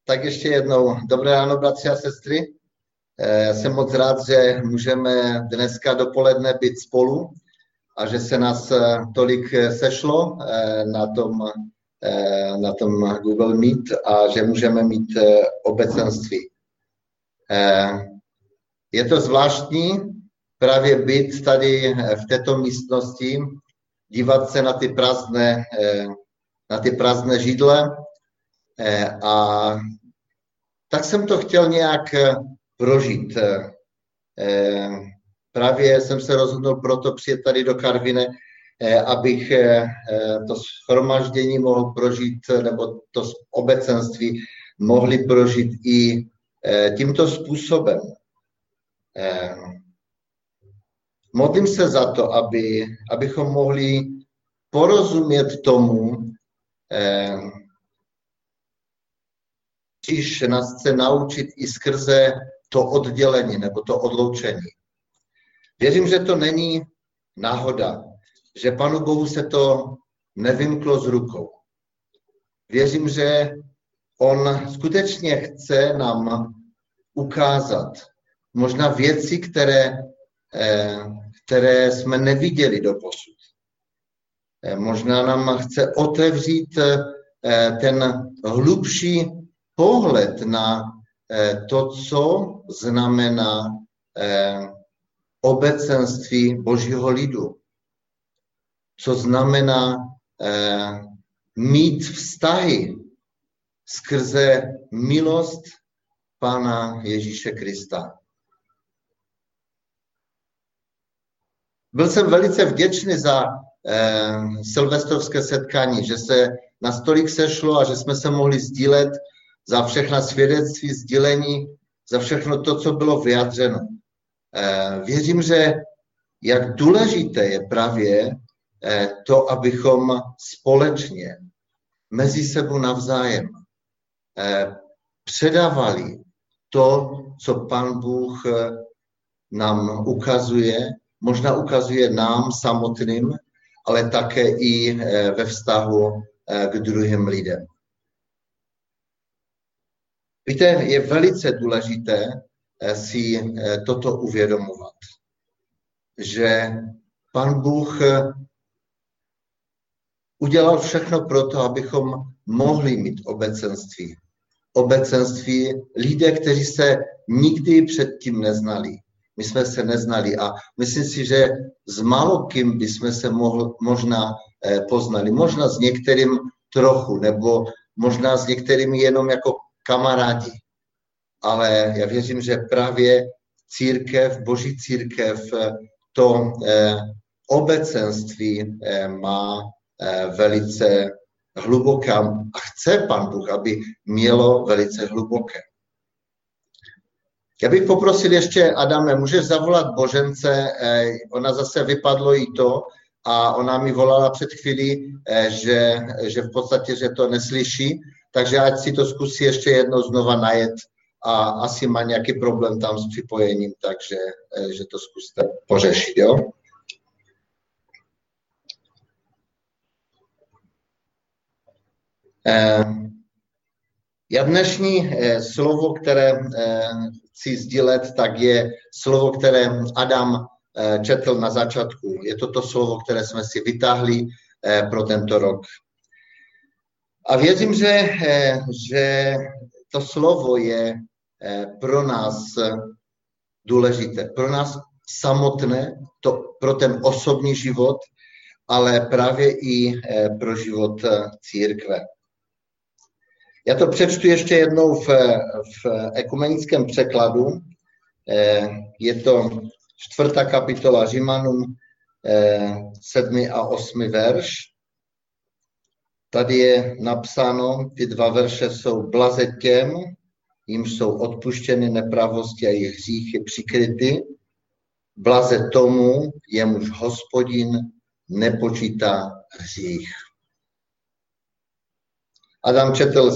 Tak ještě jednou. Dobré ráno, bratři a sestry. Jsem moc rád, že můžeme dneska dopoledne být spolu a že se nás tolik sešlo na tom Google Meet a že můžeme mít obecenství. Je to zvláštní právě být tady v této místnosti, dívat se na ty prázdné židle, a tak jsem to chtěl nějak prožít. Právě jsem se rozhodl proto přijet tady do Karviné, abych to shromaždění mohl prožít, nebo to obecenství mohli prožít i tímto způsobem. Modlím se za to, abychom mohli porozumět tomu, Ježíš nás chce naučit i skrze to oddělení nebo to odloučení. Věřím, že to není náhoda, že Panu Bohu se to nevymklo z rukou. Věřím, že on skutečně chce nám ukázat možná věci, které jsme neviděli doposud. Možná nám chce otevřít ten hlubší pohled na to, co znamená obecenství Božího lidu. Co znamená mít vztahy skrze milost Pána Ježíše Krista. Byl jsem velice vděčný za silvestrovské setkání, že se nás tolik sešlo a že jsme se mohli sdílet za všechna svědectví, sdílení, za všechno to, co bylo vyjádřeno. Věřím, že jak důležité je právě to, abychom společně mezi sebou navzájem předávali to, co Pán Bůh nám ukazuje, možná ukazuje nám samotným, ale také i ve vztahu k druhým lidem. Víte, je velice důležité si toto uvědomovat, že Pán Bůh udělal všechno pro to, abychom mohli mít obecenství. Obecenství lidé, kteří se nikdy předtím neznali. My jsme se neznali a myslím si, že s málokým bychom se možná poznali. Možná s některým trochu, nebo možná s některými jenom jako kamarádi. Ale já věřím, že právě církev, Boží církev, to obecenství má velice hluboké a chce Pán Bůh, aby mělo velice hluboké. Já bych poprosil ještě, Adame, můžeš zavolat Božence, ona zase vypadlo jí to a ona mi volala před chvílí, že v podstatě, že to neslyší, takže ať si to zkusí ještě jednou znova najet a asi má nějaký problém tam s připojením, takže že to zkuste pořešit, jo? Já dnešní slovo, které chci sdílet, tak je slovo, které Adam četl na začátku. Je to slovo, které jsme si vytáhli pro tento rok. A věřím, že to slovo je pro nás důležité, pro nás samotné, pro ten osobní život, ale právě i pro život církve. Já to přečtu ještě jednou v ekumenickém překladu. Je to 4. kapitola Římanům, 7. a 8. verš. Tady je napsáno, ty 2 verše jsou blaze těm, jimž jsou odpuštěny nepravosti a jejich hříchy přikryty. Blaze tomu, jemuž Hospodin nepočítá hřích. Adam četl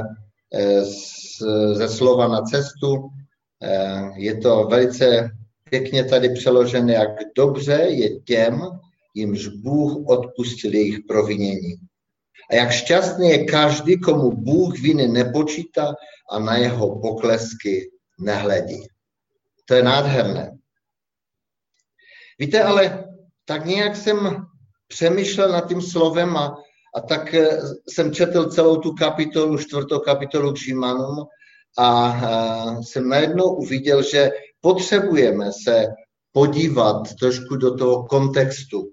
ze slova na cestu. Je to velice pěkně tady přeložené, jak dobře je těm, jimž Bůh odpustil jejich provinění. A jak šťastný je každý, komu Bůh viny nepočítá a na jeho poklesky nehledí. To je nádherné. Víte, ale tak nějak jsem přemýšlel nad tím slovem a tak jsem četl celou tu kapitolu, 4. kapitolu k Římanům a jsem najednou uviděl, že potřebujeme se podívat trošku do toho kontextu.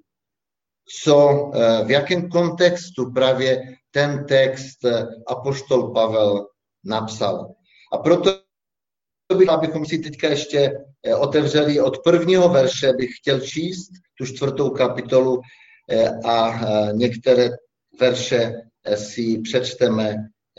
V jakém kontextu právě ten text apoštol Pavel napsal. A proto abychom si teďka ještě otevřeli od 1. verše, bych chtěl číst tu 4. kapitolu a některé verše si přečteme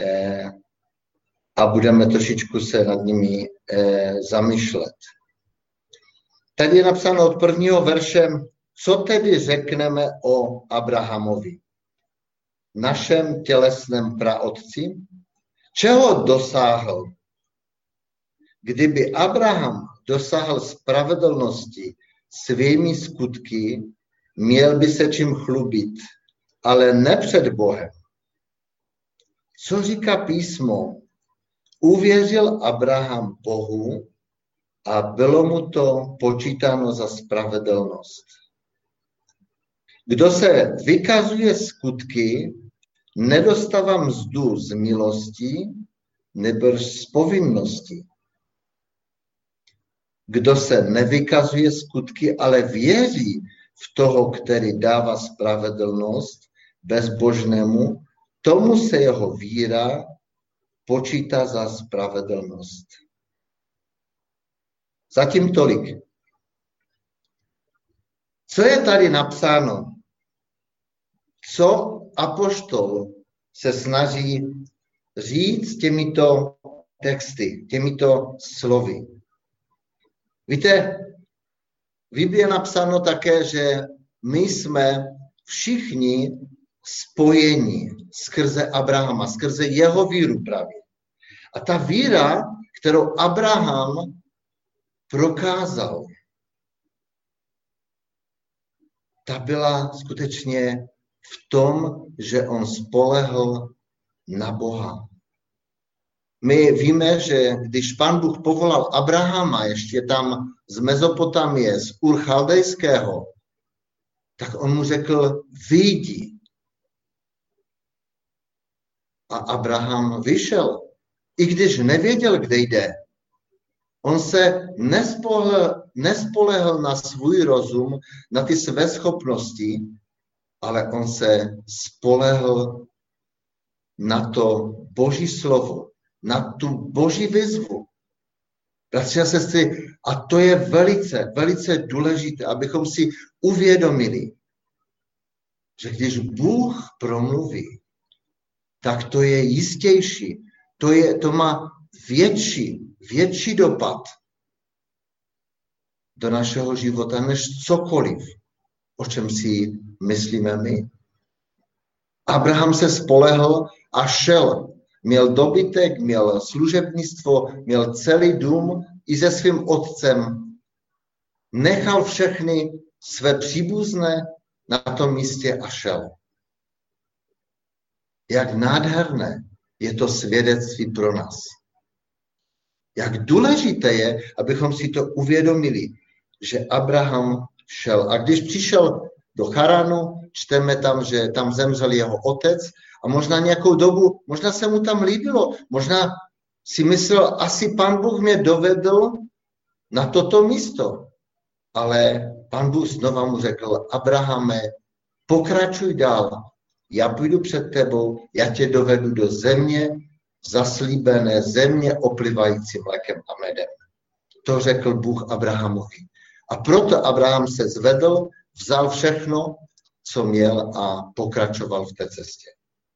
a budeme trošičku se nad nimi zamýšlet. Tady je napsáno od 1. verše, co tedy řekneme o Abrahamovi, našem tělesném praotci, čeho dosáhl. Kdyby Abraham dosáhl spravedlnosti svými skutky, měl by se čím chlubit, ale ne před Bohem. Co říká písmo? Uvěřil Abraham Bohu a bylo mu to počítáno za spravedlnost. Kdo se vykazuje skutky, nedostává mzdu z milosti nebo z povinnosti. Kdo se nevykazuje skutky, ale věří v toho, který dává spravedlnost bezbožnému, tomu se jeho víra počítá za spravedlnost. Zatím tolik. Co je tady napsáno? Co apoštol se snaží říct těmito texty, těmito slovy? Víte, v Biblii je napsáno také, že my jsme všichni spojení skrze Abrahama, skrze jeho víru právě. A ta víra, kterou Abraham prokázal, ta byla skutečně v tom, že on spolehl na Boha. My víme, že když Pán Bůh povolal Abrahama ještě tam z Mezopotamie, z Ur Chaldejského, tak on mu řekl, vyjdi. A Abraham vyšel, i když nevěděl, kde jde. On se nespolehl na svůj rozum, na ty své schopnosti, ale on se spolehl na to Boží slovo, na tu Boží výzvu. Bratři a sestry, a to je velice, velice důležité, abychom si uvědomili, že když Bůh promluví, tak to je jistější, to má větší dopad do našeho života, než cokoliv, o čem si myslíme my. Abraham se spolehl a šel. Měl dobytek, měl služebnictvo, měl celý dům i se svým otcem. Nechal všechny své příbuzné na tom místě a šel. Jak nádherné je to svědectví pro nás. Jak důležité je, abychom si to uvědomili, že Abraham šel. A když přišel do Charanu, čteme tam, že tam zemřel jeho otec a možná nějakou dobu, možná se mu tam líbilo, možná si myslel, asi Pán Bůh mě dovedl na toto místo. Ale Pán Bůh znova mu řekl, Abrahame, pokračuj dál, já půjdu před tebou, já tě dovedu do země, zaslíbené země oplivající mlékem a medem. To řekl Bůh Abrahamovi. A proto Abraham se zvedl, vzal všechno, co měl a pokračoval v té cestě.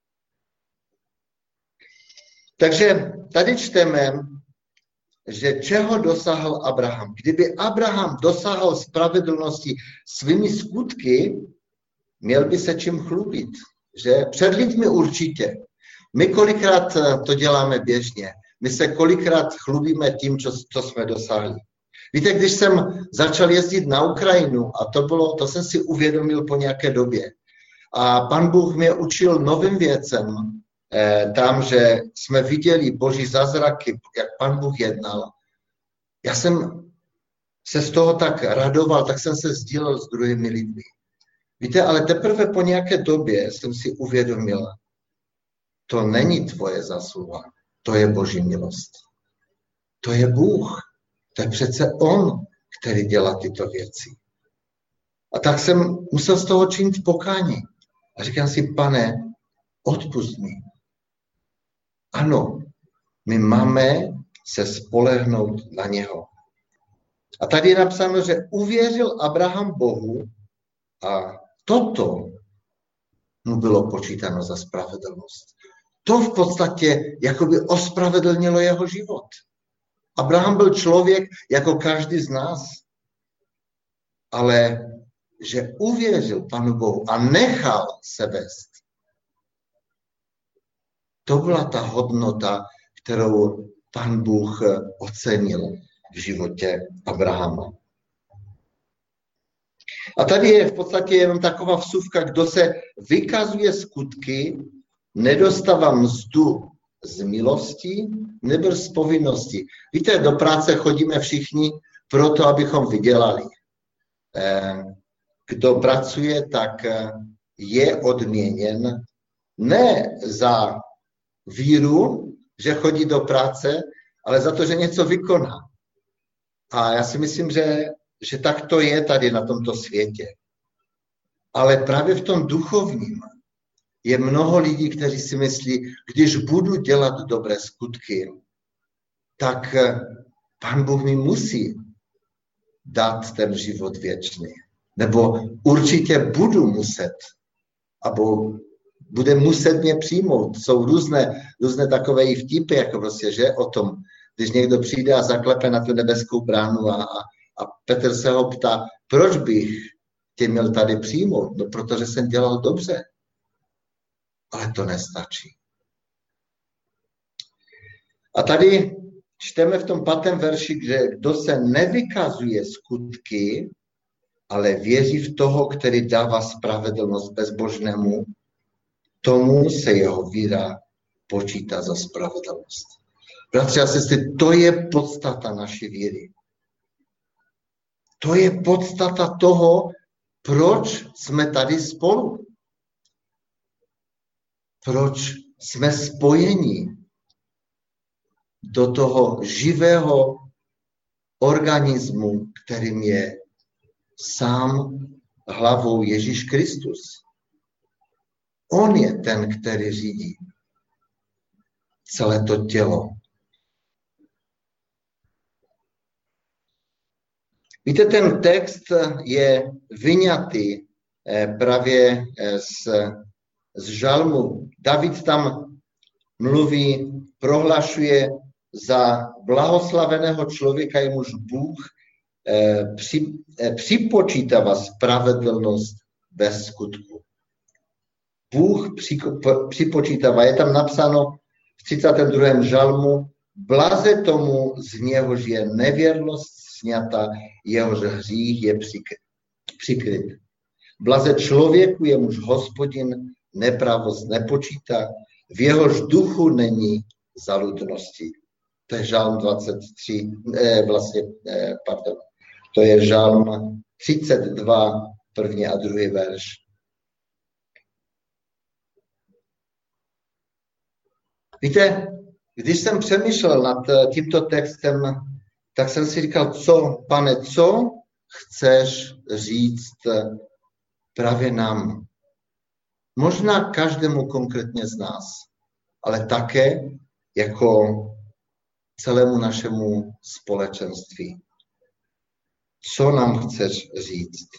Takže tady čteme, že čeho dosáhl Abraham. Kdyby Abraham dosáhl spravedlnosti svými skutky, měl by se čím chlubit. Že před lidmi určitě. My kolikrát to děláme běžně. My se kolikrát chlubíme tím, co jsme dosáhli. Víte, když jsem začal jezdit na Ukrajinu, a to jsem si uvědomil po nějaké době, a Pan Bůh mě učil novým věcem, tam, že jsme viděli Boží zázraky, jak Pan Bůh jednal. Já jsem se z toho tak radoval, tak jsem se sdílel s druhými lidmi. Víte, ale teprve po nějaké době jsem si uvědomil, to není tvoje zásluha, to je Boží milost. To je Bůh. To je přece On, který dělá tyto věci. A tak jsem musel z toho činit pokání. A říkám si, Pane, odpusť mi. Ano, my máme se spolehnout na něho. A tady je napsáno, že uvěřil Abraham Bohu a toto mu bylo počítáno za spravedlnost. To v podstatě jakoby ospravedlnilo jeho život. Abraham byl člověk jako každý z nás, ale že uvěřil Panu Bohu a nechal se vést. To byla ta hodnota, kterou Pan Bůh ocenil v životě Abrahama. A tady je v podstatě jenom taková vsuvka, kdo se vykazuje skutky, nedostává mzdu z milosti nebo z povinnosti. Víte, do práce chodíme všichni proto, abychom vydělali. Kdo pracuje, tak je odměněn ne za víru, že chodí do práce, ale za to, že něco vykoná. A já si myslím, že tak to je tady na tomto světě. Ale právě v tom duchovním je mnoho lidí, kteří si myslí, když budu dělat dobré skutky, tak Pán Bůh mi musí dát ten život věčný. Nebo určitě budu muset, abo bude muset mě přijmout. Jsou různé takové i vtipy, jako prostě, že o tom, když někdo přijde a zaklepe na tu nebeskou bránu a Petr se ho ptá, proč bych tě měl tady přijmout? No, protože jsem dělal dobře. Ale to nestačí. A tady čteme v tom 5. verši, že kdo se nevykazuje skutky, ale věří v toho, který dává spravedlnost bezbožnému, tomu se jeho víra počítá za spravedlnost. Bratři a sestry, to je podstata naší víry. To je podstata toho, proč jsme tady spolu. Proč jsme spojeni do toho živého organismu, kterým je sám hlavou Ježíš Kristus. On je ten, který řídí celé to tělo. Víte, ten text je vyňatý právě z žalmu. David tam mluví, prohlašuje za blahoslaveného člověka, jemuž Bůh připočítává spravedlnost bez skutku. Bůh připočítává, je tam napsáno v 32. žalmu, blaze tomu, z něhož je nevěrnost sňata, jehož hřích je přikryt. Blaze člověku, jemuž Hospodin nepravost nepočítá, v jehož duchu není zaludnosti. To je žalm 23, to je žalm 32, 1. a 2. verš. Víte, když jsem přemýšlel nad tímto textem, tak jsem si říkal, Pane, co chceš říct právě nám? Možná každému konkrétně z nás, ale také jako celému našemu společenství. Co nám chceš říct?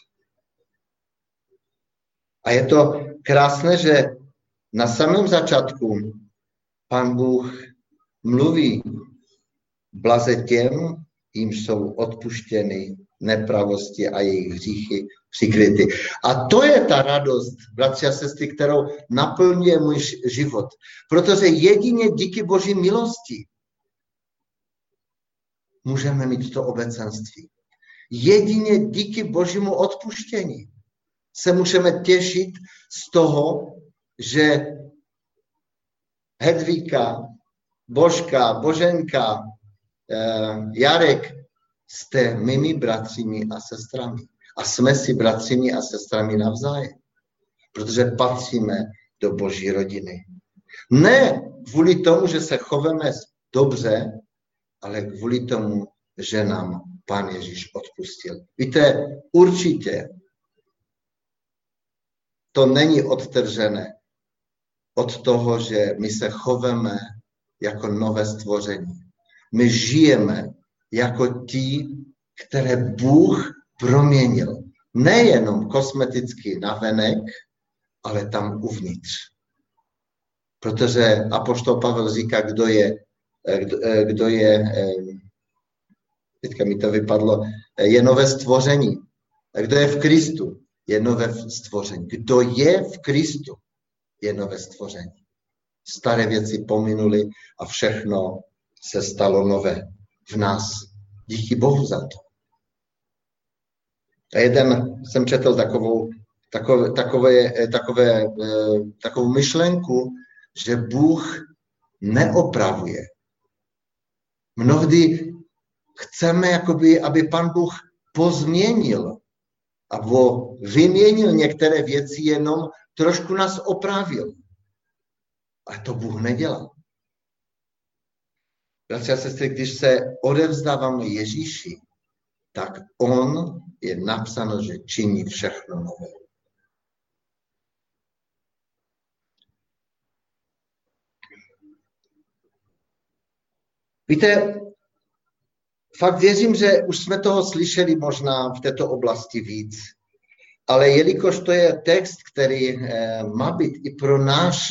A je to krásné, že na samém začátku Pán Bůh mluví blaze těm, jimž jsou odpuštěny nepravosti a jejich hříchy přikryty. A to je ta radost, bratři a sestry, kterou naplňuje můj život. Protože jedině díky Boží milosti můžeme mít to obecenství. Jedině díky Božímu odpuštění se můžeme těšit z toho, že Hedvíka, Božka, Boženka, Jarek, jste mými bratřími a sestrami. A jsme si bratřími a sestrami navzájem. Protože patříme do Boží rodiny. Ne kvůli tomu, že se chováme dobře, ale kvůli tomu, že nám Pán Ježíš odpustil. Víte, určitě to není odtržené od toho, že my se chováme jako nové stvoření. My žijeme jako ti, které Bůh proměnil. Nejenom kosmeticky navenek, ale tam uvnitř. Protože apoštol Pavel říká, kdo je, teďka mi to vypadlo, je nové stvoření. Kdo je v Kristu, je nové stvoření. Kdo je v Kristu, je nové stvoření. Staré věci pominuly a všechno se stalo nové v nás. Díky Bohu za to. A jsem četl takovou myšlenku, že Bůh neopravuje. Mnohdy chceme, aby Pan Bůh pozměnil nebo vyměnil některé věci, jenom trošku nás opravil. A to Bůh nedělá. Bratři a sestry, když se odevzdáváme Ježíši, tak on je napsáno, že činí všechno nové. Víte, fakt věřím, že už jsme toho slyšeli možná v této oblasti víc, ale jelikož to je text, který má být i pro náš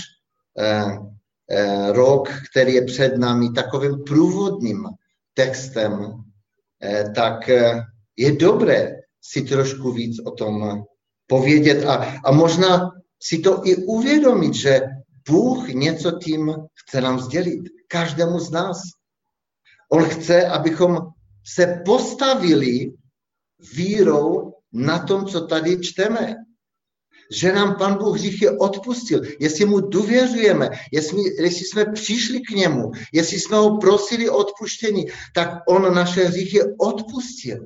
rok, který je před námi takovým průvodním textem, tak je dobré si trošku víc o tom povědět a možná si to i uvědomit, že Bůh něco tím chce nám sdělit, každému z nás. On chce, abychom se postavili vírou na tom, co tady čteme. Že nám Pan Bůh hříchy odpustil, jestli mu důvěřujeme, jestli jsme přišli k němu, jestli jsme ho prosili o odpuštění, tak on naše hříchy odpustil.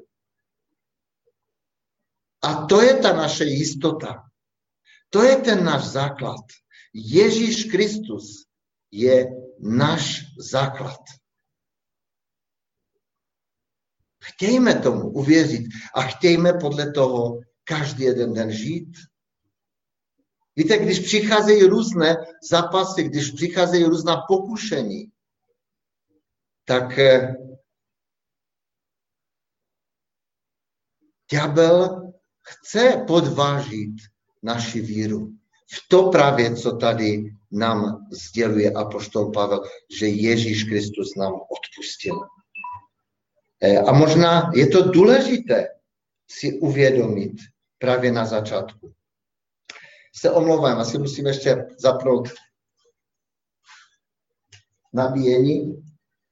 A to je ta naše jistota. To je ten náš základ. Ježíš Kristus je náš základ. Chtějme tomu uvěřit a chtějme podle toho každý jeden den žít. Víte, když přicházejí různé zápasy, když přicházejí různá pokušení, tak ďábel chce podvážit naši víru. V to právě, co tady nám sděluje apoštol Pavel, že Ježíš Kristus nám odpustil. A možná je to důležité si uvědomit právě na začátku. Se omlouvám, asi musím ještě zapnout nabíjení.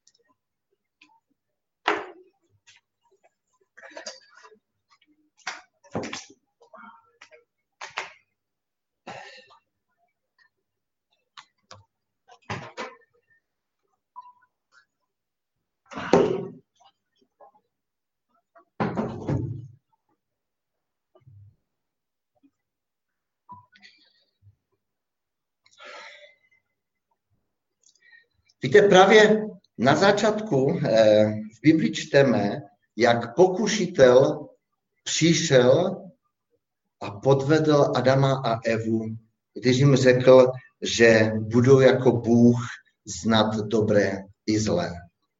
Víte, právě na začátku v Bibli čteme, jak pokušitel přišel a podvedl Adama a Evu, když jim řekl, že budou jako Bůh znát dobré i zlé.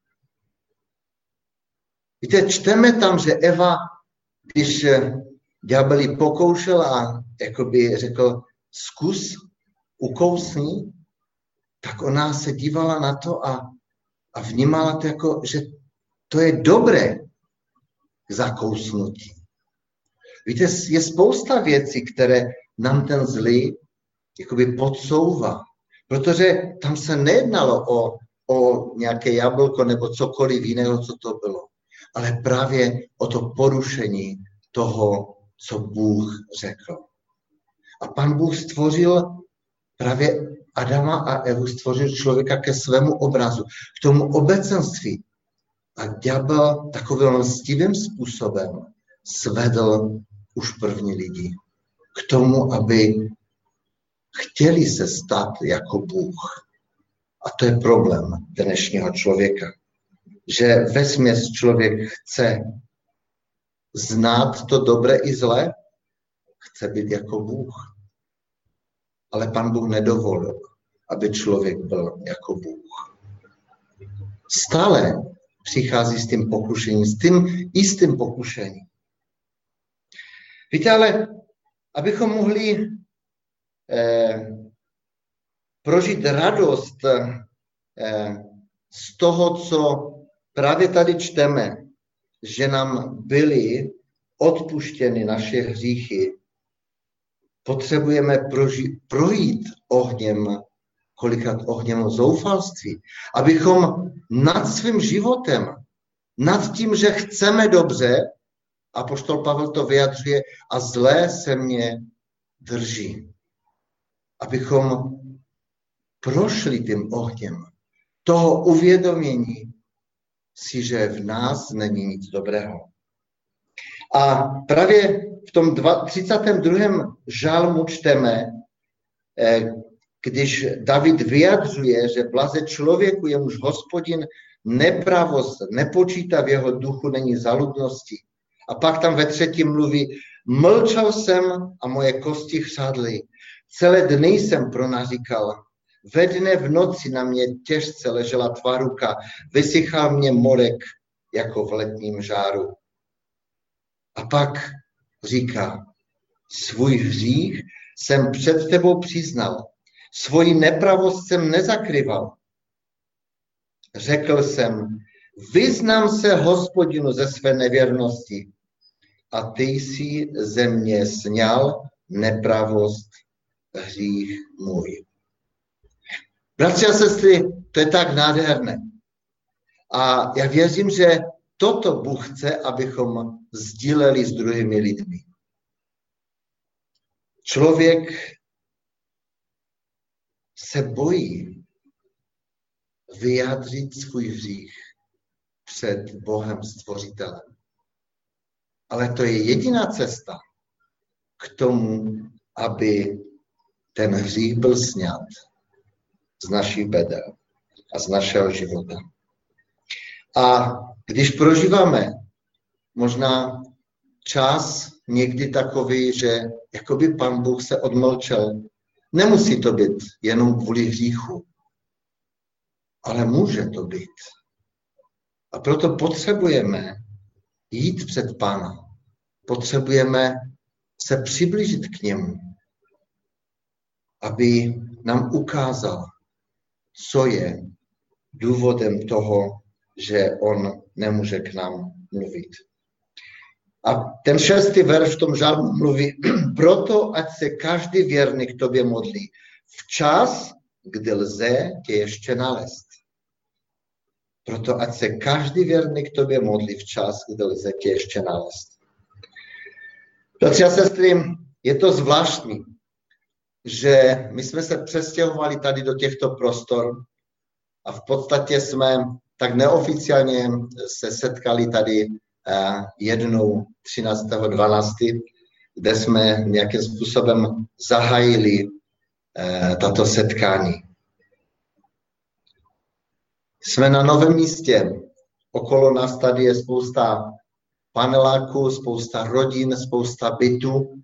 Víte, čteme tam, že Eva, když ďábel ji pokoušel a jakoby řekl, zkus, ukousni, tak ona se dívala na to a vnímala to jako, že to je dobré zakousnutí. Víte, je spousta věcí, které nám ten zlý jakoby podsouvá, protože tam se nejednalo o nějaké jablko nebo cokoliv jiného, co to bylo, ale právě o to porušení toho, co Bůh řekl. A Pan Bůh stvořil právě Adama a Evu stvořil člověka ke svému obrazu, k tomu obecenství. A ďábel takovým lstivým způsobem svedl už první lidi k tomu, aby chtěli se stát jako Bůh. A to je problém dnešního člověka. Že vesměs člověk chce znát to dobré i zlé, chce být jako Bůh. Ale Pan Bůh nedovolil, aby člověk byl jako Bůh. Stále přichází s tím pokušením, s tím jistým pokušením. Víte, ale abychom mohli prožít radost z toho, co právě tady čteme, že nám byly odpuštěny naše hříchy, potřebujeme projít ohněm, kolikrát ohněm zoufalství, abychom nad svým životem, nad tím, že chceme dobře, apoštol Pavel to vyjadřuje, a zlé se mě drží. Abychom prošli tím ohněm toho uvědomění si, že v nás není nic dobrého. A právě v tom 32. žalmu čteme, když David vyjadřuje, že blaze člověku, jemuž Hospodin nepravost nepočítá v jeho duchu, není zaludnosti. A pak tam ve 3. mluví, mlčel jsem a moje kosti chřadly. Celé dny jsem pronaříkal. Ve dne v noci na mě těžce ležela tvá ruka. Vysychal mě morek jako v letním žáru. A pak říká, svůj hřích jsem před tebou přiznal. Svoji nepravost jsem nezakryval. Řekl jsem, vyznám se Hospodinu ze své nevěrnosti a ty jsi ze mě sňal nepravost, hřích můj. Bratři a sestry, to je tak nádherné. A já věřím, že toto Bůh chce, abychom sdíleli s druhými lidmi. Člověk se bojí vyjádřit svůj hřích před Bohem Stvořitelem. Ale to je jediná cesta k tomu, aby ten hřích byl sňat z našich beder a z našeho života. A když prožíváme možná čas někdy takový, že jakoby Pan Bůh se odmlčel, nemusí to být jenom kvůli hříchu, ale může to být. A proto potřebujeme jít před Pána. Potřebujeme se přiblížit k němu, aby nám ukázal, co je důvodem toho, že on nemůže k nám mluvit. A ten 6. verš v tom žalmu mluví, proto ať se každý věrný k tobě modlí včas, kdy lze tě ještě nalézt. Proto ať se každý věrný k tobě modlí včas, kdy lze tě ještě nalézt. Bratři a sestry, je to zvláštní, že my jsme se přestěhovali tady do těchto prostor a v podstatě jsme tak neoficiálně se setkali tady jednou 13.12., kde jsme nějakým způsobem zahájili tato setkání. Jsme na novém místě. Okolo nás tady je spousta paneláků, spousta rodin, spousta bytů.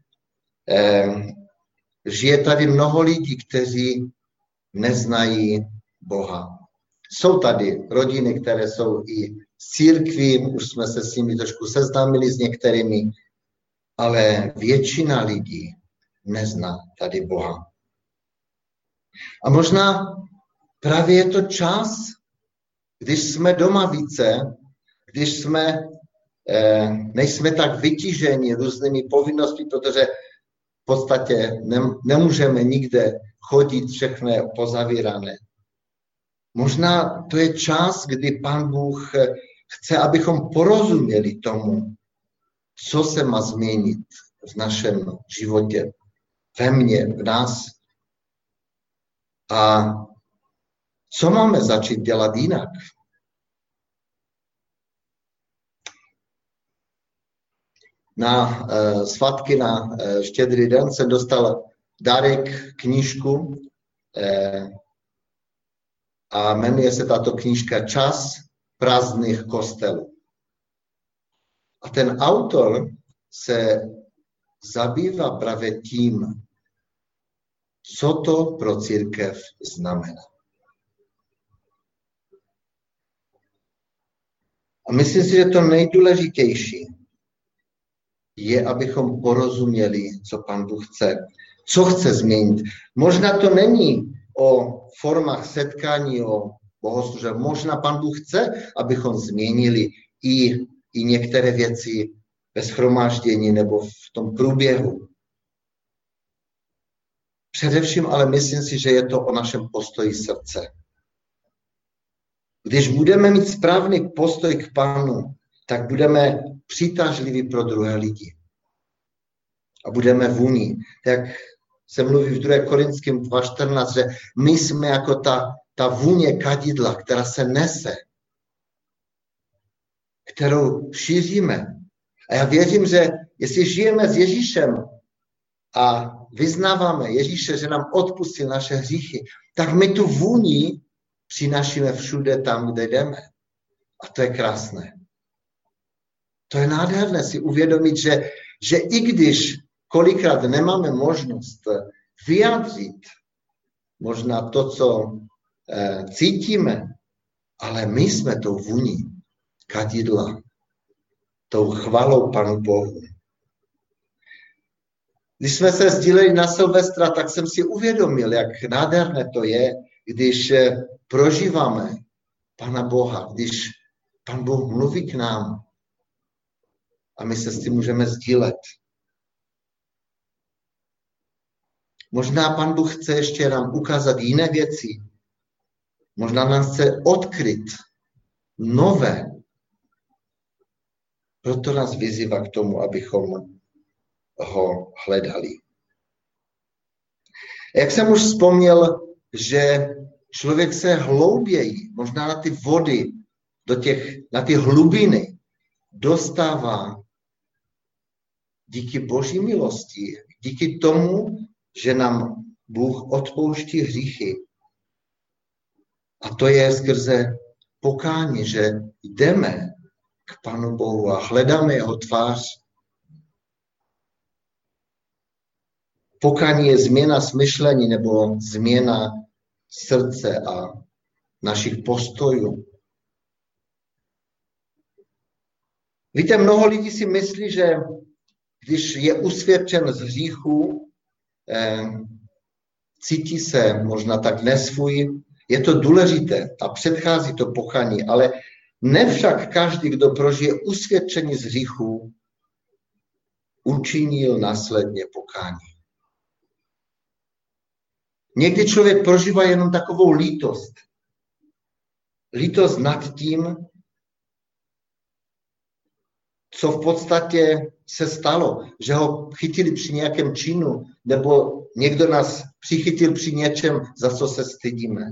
Žije tady mnoho lidí, kteří neznají Boha. Jsou tady rodiny, které jsou i z církví, už jsme se s nimi trošku seznámili s některými, ale většina lidí nezná tady Boha. A možná právě je to čas, když jsme doma více, když nejsme tak vytíženi různými povinnostmi, protože v podstatě nemůžeme nikde chodit, všechno je pozavírané. Možná to je čas, kdy Pán Bůh chce, abychom porozuměli tomu, co se má změnit v našem životě, ve mně, v nás. A co máme začít dělat jinak? Na svátky na Štědrý den jsem dostal dárek, knížku a jmenuje se tato knížka Čas prázdných kostelů. A ten autor se zabývá právě tím, co to pro církev znamená. A myslím si, že to nejdůležitější je, abychom porozuměli, co Pán Bůh chce, co chce změnit. Možná to není o formách setkání, o bohoslužbách. Možná Pán Bůh chce, abychom změnili i některé věci ve shromáždění nebo v tom průběhu. Především ale myslím si, že je to o našem postoji srdce. Když budeme mít správný postoj k Pánu, tak budeme přitažliví pro druhé lidi. A budeme vůní. Jak se mluví v 2. Korinským 2.14, že my jsme jako ta vůně kadidla, která se nese, kterou šíříme. A já věřím, že jestli žijeme s Ježíšem a vyznáváme Ježíše, že nám odpustil naše hříchy, tak my tu vůni přinášíme všude tam, kde jdeme. A to je krásné. To je nádherné si uvědomit, že i když kolikrát nemáme možnost vyjádřit možná to, co cítíme, ale my jsme tou vůní kadidla, tou chvalou Panu Bohu. Když jsme se sdíleli na Silvestra, tak jsem si uvědomil, jak nádherné to je, když prožíváme Pana Boha, když Pan Bůh mluví k nám a my se s tím můžeme sdílet. Možná Pan Bůh chce ještě nám ukázat jiné věci. Možná nám chce odkryt nové. Proto nás vyzývá k tomu, abychom ho hledali. Jak jsem už vzpomněl, že člověk se hlouběji, možná na ty vody, na ty hlubiny, dostává díky Boží milosti, díky tomu, že nám Bůh odpouští hříchy. A to je skrze pokání, že jdeme k Panu Bohu a hledáme jeho tvář. Pokání je změna smyšlení nebo změna srdce a našich postojů. Víte, mnoho lidí si myslí, že když je usvědčen z hříchu, cítí se možná tak nesvůj. Je to důležité a předchází to pokání, ale ne však každý, kdo prožije usvědčení z hříchu, učinil následně pokání. Někdy člověk prožívá jenom takovou lítost. Lítost nad tím, co v podstatě se stalo, že ho chytili při nějakém činu, nebo někdo nás přichytil při něčem, za co se stydíme.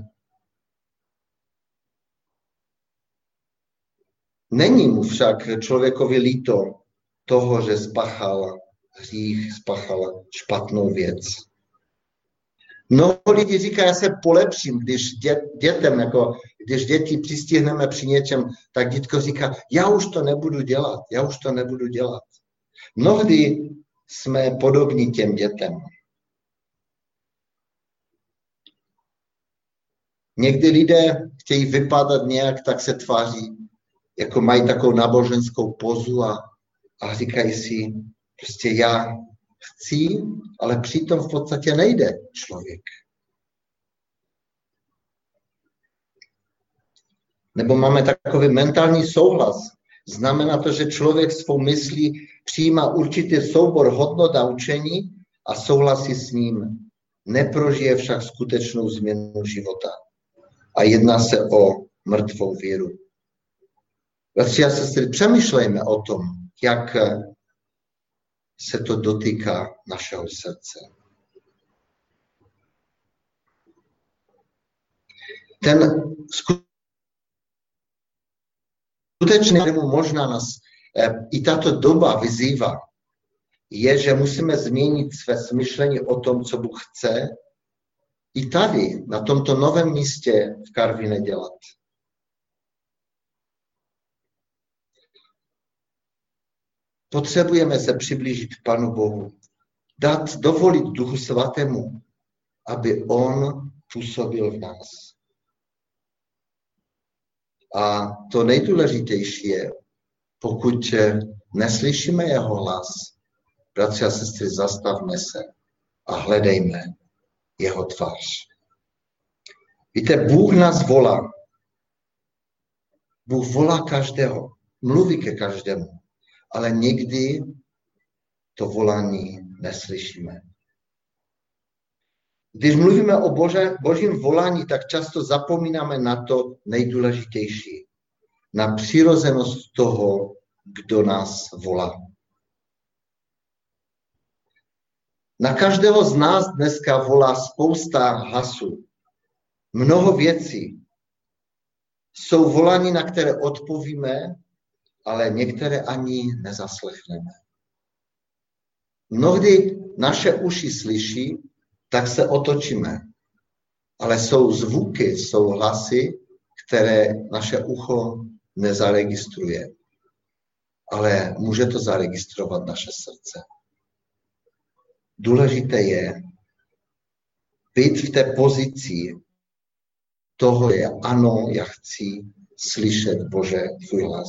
Není mu však člověkovi líto toho, že spáchal hřích, spáchal špatnou věc. Mnoho lidí říká, já se polepším, když dětem, jako když děti přistihneme při něčem, tak dítko říká, já už to nebudu dělat. Mnohdy jsme podobní těm dětem. Někdy lidé chtějí vypadat nějak, tak se tváří, jako mají takovou náboženskou pozu a říkají si, prostě já chci, ale přitom v podstatě nejde člověk. Nebo máme takový mentální souhlas. Znamená to, že člověk svou myslí přijímá určitý soubor hodnot a učení a souhlasí s ním. Neprožije však skutečnou změnu života. A jedná se o mrtvou víru. Bratři a sestry, přemýšlejme o tom, jak se to dotýká našeho srdce. ten skutečný, kterému možná nás i tato doba vyzývá, je, že musíme změnit své smyšlení o tom, co Bůh chce, i tady, na tomto novém místě v Karviné dělat. Potřebujeme se přiblížit k Panu Bohu, dovolit Duchu Svatému, aby on působil v nás. A to nejdůležitější je, pokud neslyšíme jeho hlas, bratři a sestry, zastavme se a hledejme jeho tvář. Víte, Bůh nás volá. Bůh volá každého, mluví ke každému, ale někdy to volání neslyšíme. Když mluvíme o Božím volání, tak často zapomínáme na to nejdůležitější, na přirozenost toho, kdo nás volá. Na každého z nás dneska volá spousta hlasů. Mnoho věcí. Jsou volání, na které odpovíme, ale některé ani nezaslechneme. Mnohdy naše uši slyší, tak se otočíme. Ale jsou zvuky, jsou hlasy, které naše ucho nezaregistruje. Ale může to zaregistrovat naše srdce. Důležité je být v té pozici toho je, ano, já chci slyšet, Bože, tvůj hlas.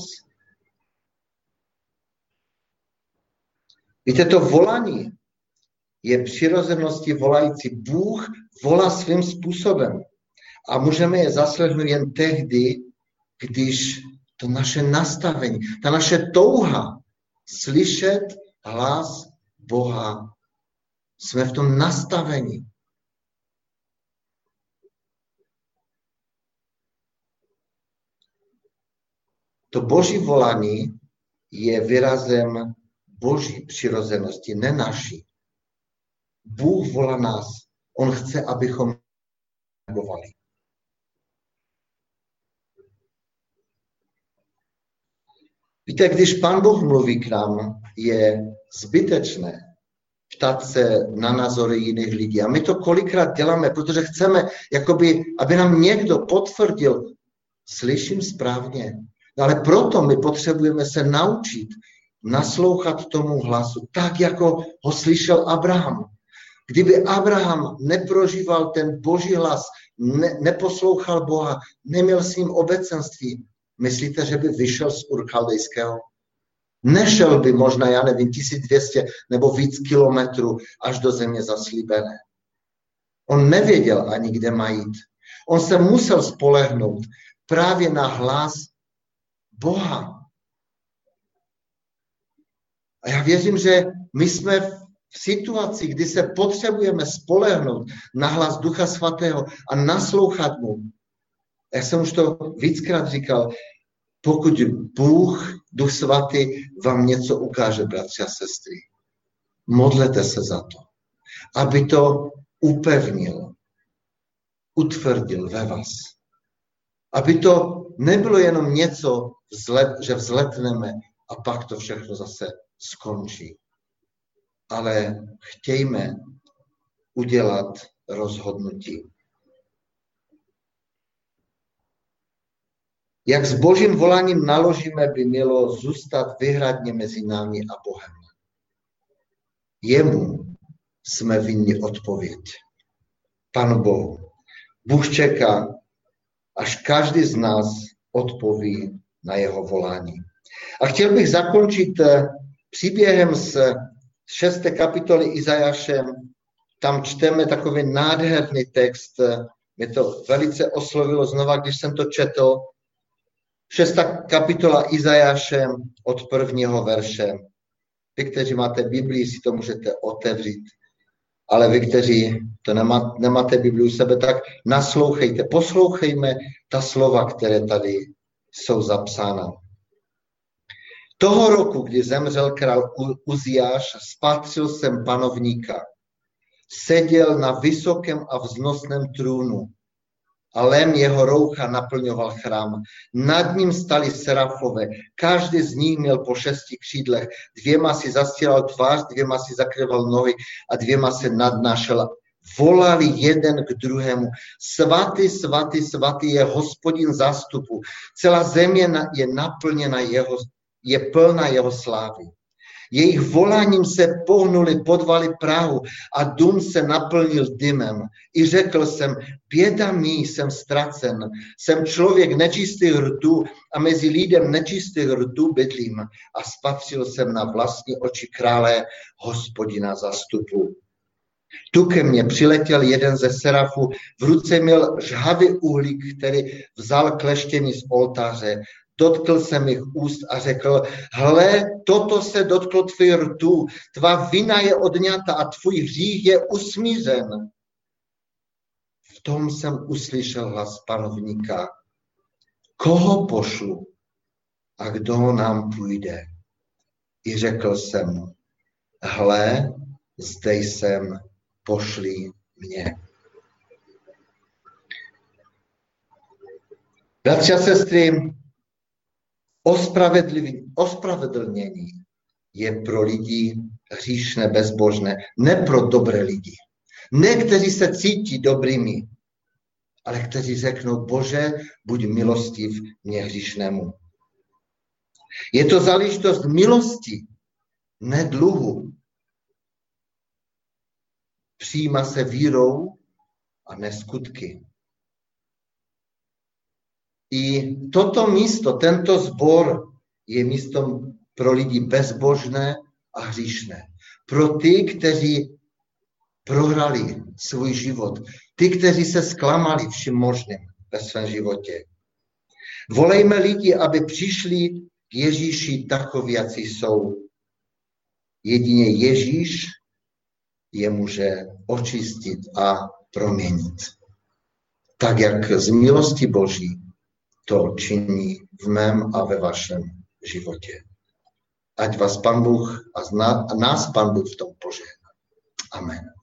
Víte, to volání je přirozenosti volající. Bůh volá svým způsobem. A můžeme je zaslechnout jen tehdy, když to naše nastavení, ta naše touha slyšet hlas Boha, jsme v tom nastavení. To Boží volání je výrazem Boží přirozenosti, ne naší. Bůh volá nás. On chce, abychom reagovali. Víte, když Pán Bůh mluví k nám, je zbytečné ptát se na názory jiných lidí. A my to kolikrát děláme, protože chceme, jakoby, aby nám někdo potvrdil, slyším správně. Ale proto my potřebujeme se naučit naslouchat tomu hlasu, tak jako ho slyšel Abraham. Kdyby Abraham neprožíval ten Boží hlas, neposlouchal Boha, neměl s ním obecenství, myslíte, že by vyšel z Ur Chaldejského? Nešel by možná, já nevím, 1200 nebo víc kilometrů až do země zaslíbené. On nevěděl ani, kde má jít. On se musel spolehnout právě na hlas Boha. A já věřím, že my jsme v situaci, kdy se potřebujeme spolehnout na hlas Ducha Svatého a naslouchat mu. Já jsem už to víckrát říkal, pokud Bůh, Duch Svatý, vám něco ukáže, bratři a sestry, modlete se za to, aby to upevnil, utvrdil ve vás. Aby to nebylo jenom něco, že vzletneme a pak to všechno zase skončí. Ale chtějme udělat rozhodnutí. Jak s Božím voláním naložíme, by mělo zůstat vyhradně mezi námi a Bohem. Jemu jsme vinni odpověď. Panu Bohu. Bůh čeká, až každý z nás odpoví na jeho volání. A chtěl bych zakončit příběhem z 6. kapitoly Izajášem. Tam čteme takový nádherný text. Mě to velice oslovilo znova, když jsem to četl. 6. kapitola Izajášem od 1. verše. Vy, kteří máte Biblii, si to můžete otevřít. Ale vy, kteří to nemáte Biblii u sebe, tak naslouchejte, poslouchejme ta slova, které tady jsou zapsána. Toho roku, kdy zemřel král Uziáš, spatřil jsem panovníka. Seděl na vysokém a vznosném trůnu a lem jeho roucha naplňoval chrám. Nad ním stali serafové, každý z nich měl po 6 křídlech, 2 si zastíral tvář, 2 si zakrýval nohy a 2 se nadnášel. Volali jeden k druhému, svatý, svatý, svatý je Hospodin zástupu, celá země je naplněna je plná jeho slávy. Jejich voláním se pohnuli podvaly prahu a dům se naplnil dymem. I řekl jsem, běda mý, jsem ztracen, jsem člověk nečistých rtů a mezi lidem nečistých rtů bydlím a spatřil jsem na vlastní oči krále Hospodina zástupu. Tu ke mně přiletěl jeden ze serafů, v ruce měl žhavý uhlík, který vzal kleštění z oltáře. Dotkl jsem jich úst a řekl, hle, toto se dotklo tvých rtů, tvá vina je odňata a tvůj hřích je usmířen. V tom jsem uslyšel hlas panovníka, koho pošlu a kdo nám půjde? I řekl jsem, hle, zde jsem, pošli mě. Bratři a sestry, ospravedlnění je pro lidi hříšné, bezbožné, ne pro dobré lidi. Ne, kteří se cítí dobrými, ale kteří řeknou, Bože, buď milostiv mě hříšnému. Je to záležitost milosti, ne dluhu. Přijímá se vírou a ne skutky. I toto místo, tento sbor je místem pro lidi bezbožné a hříšné. Pro ty, kteří prohrali svůj život. Ty, kteří se zklamali vším možným ve svém životě. Volejme lidi, aby přišli k Ježíši takoví, jací jsou. Jedině Ježíš je může očistit a proměnit. Tak, jak z milosti Boží to činí v mém a ve vašem životě. Ať vás Pan Bůh a nás Pan Bůh v tom požehná. Amen.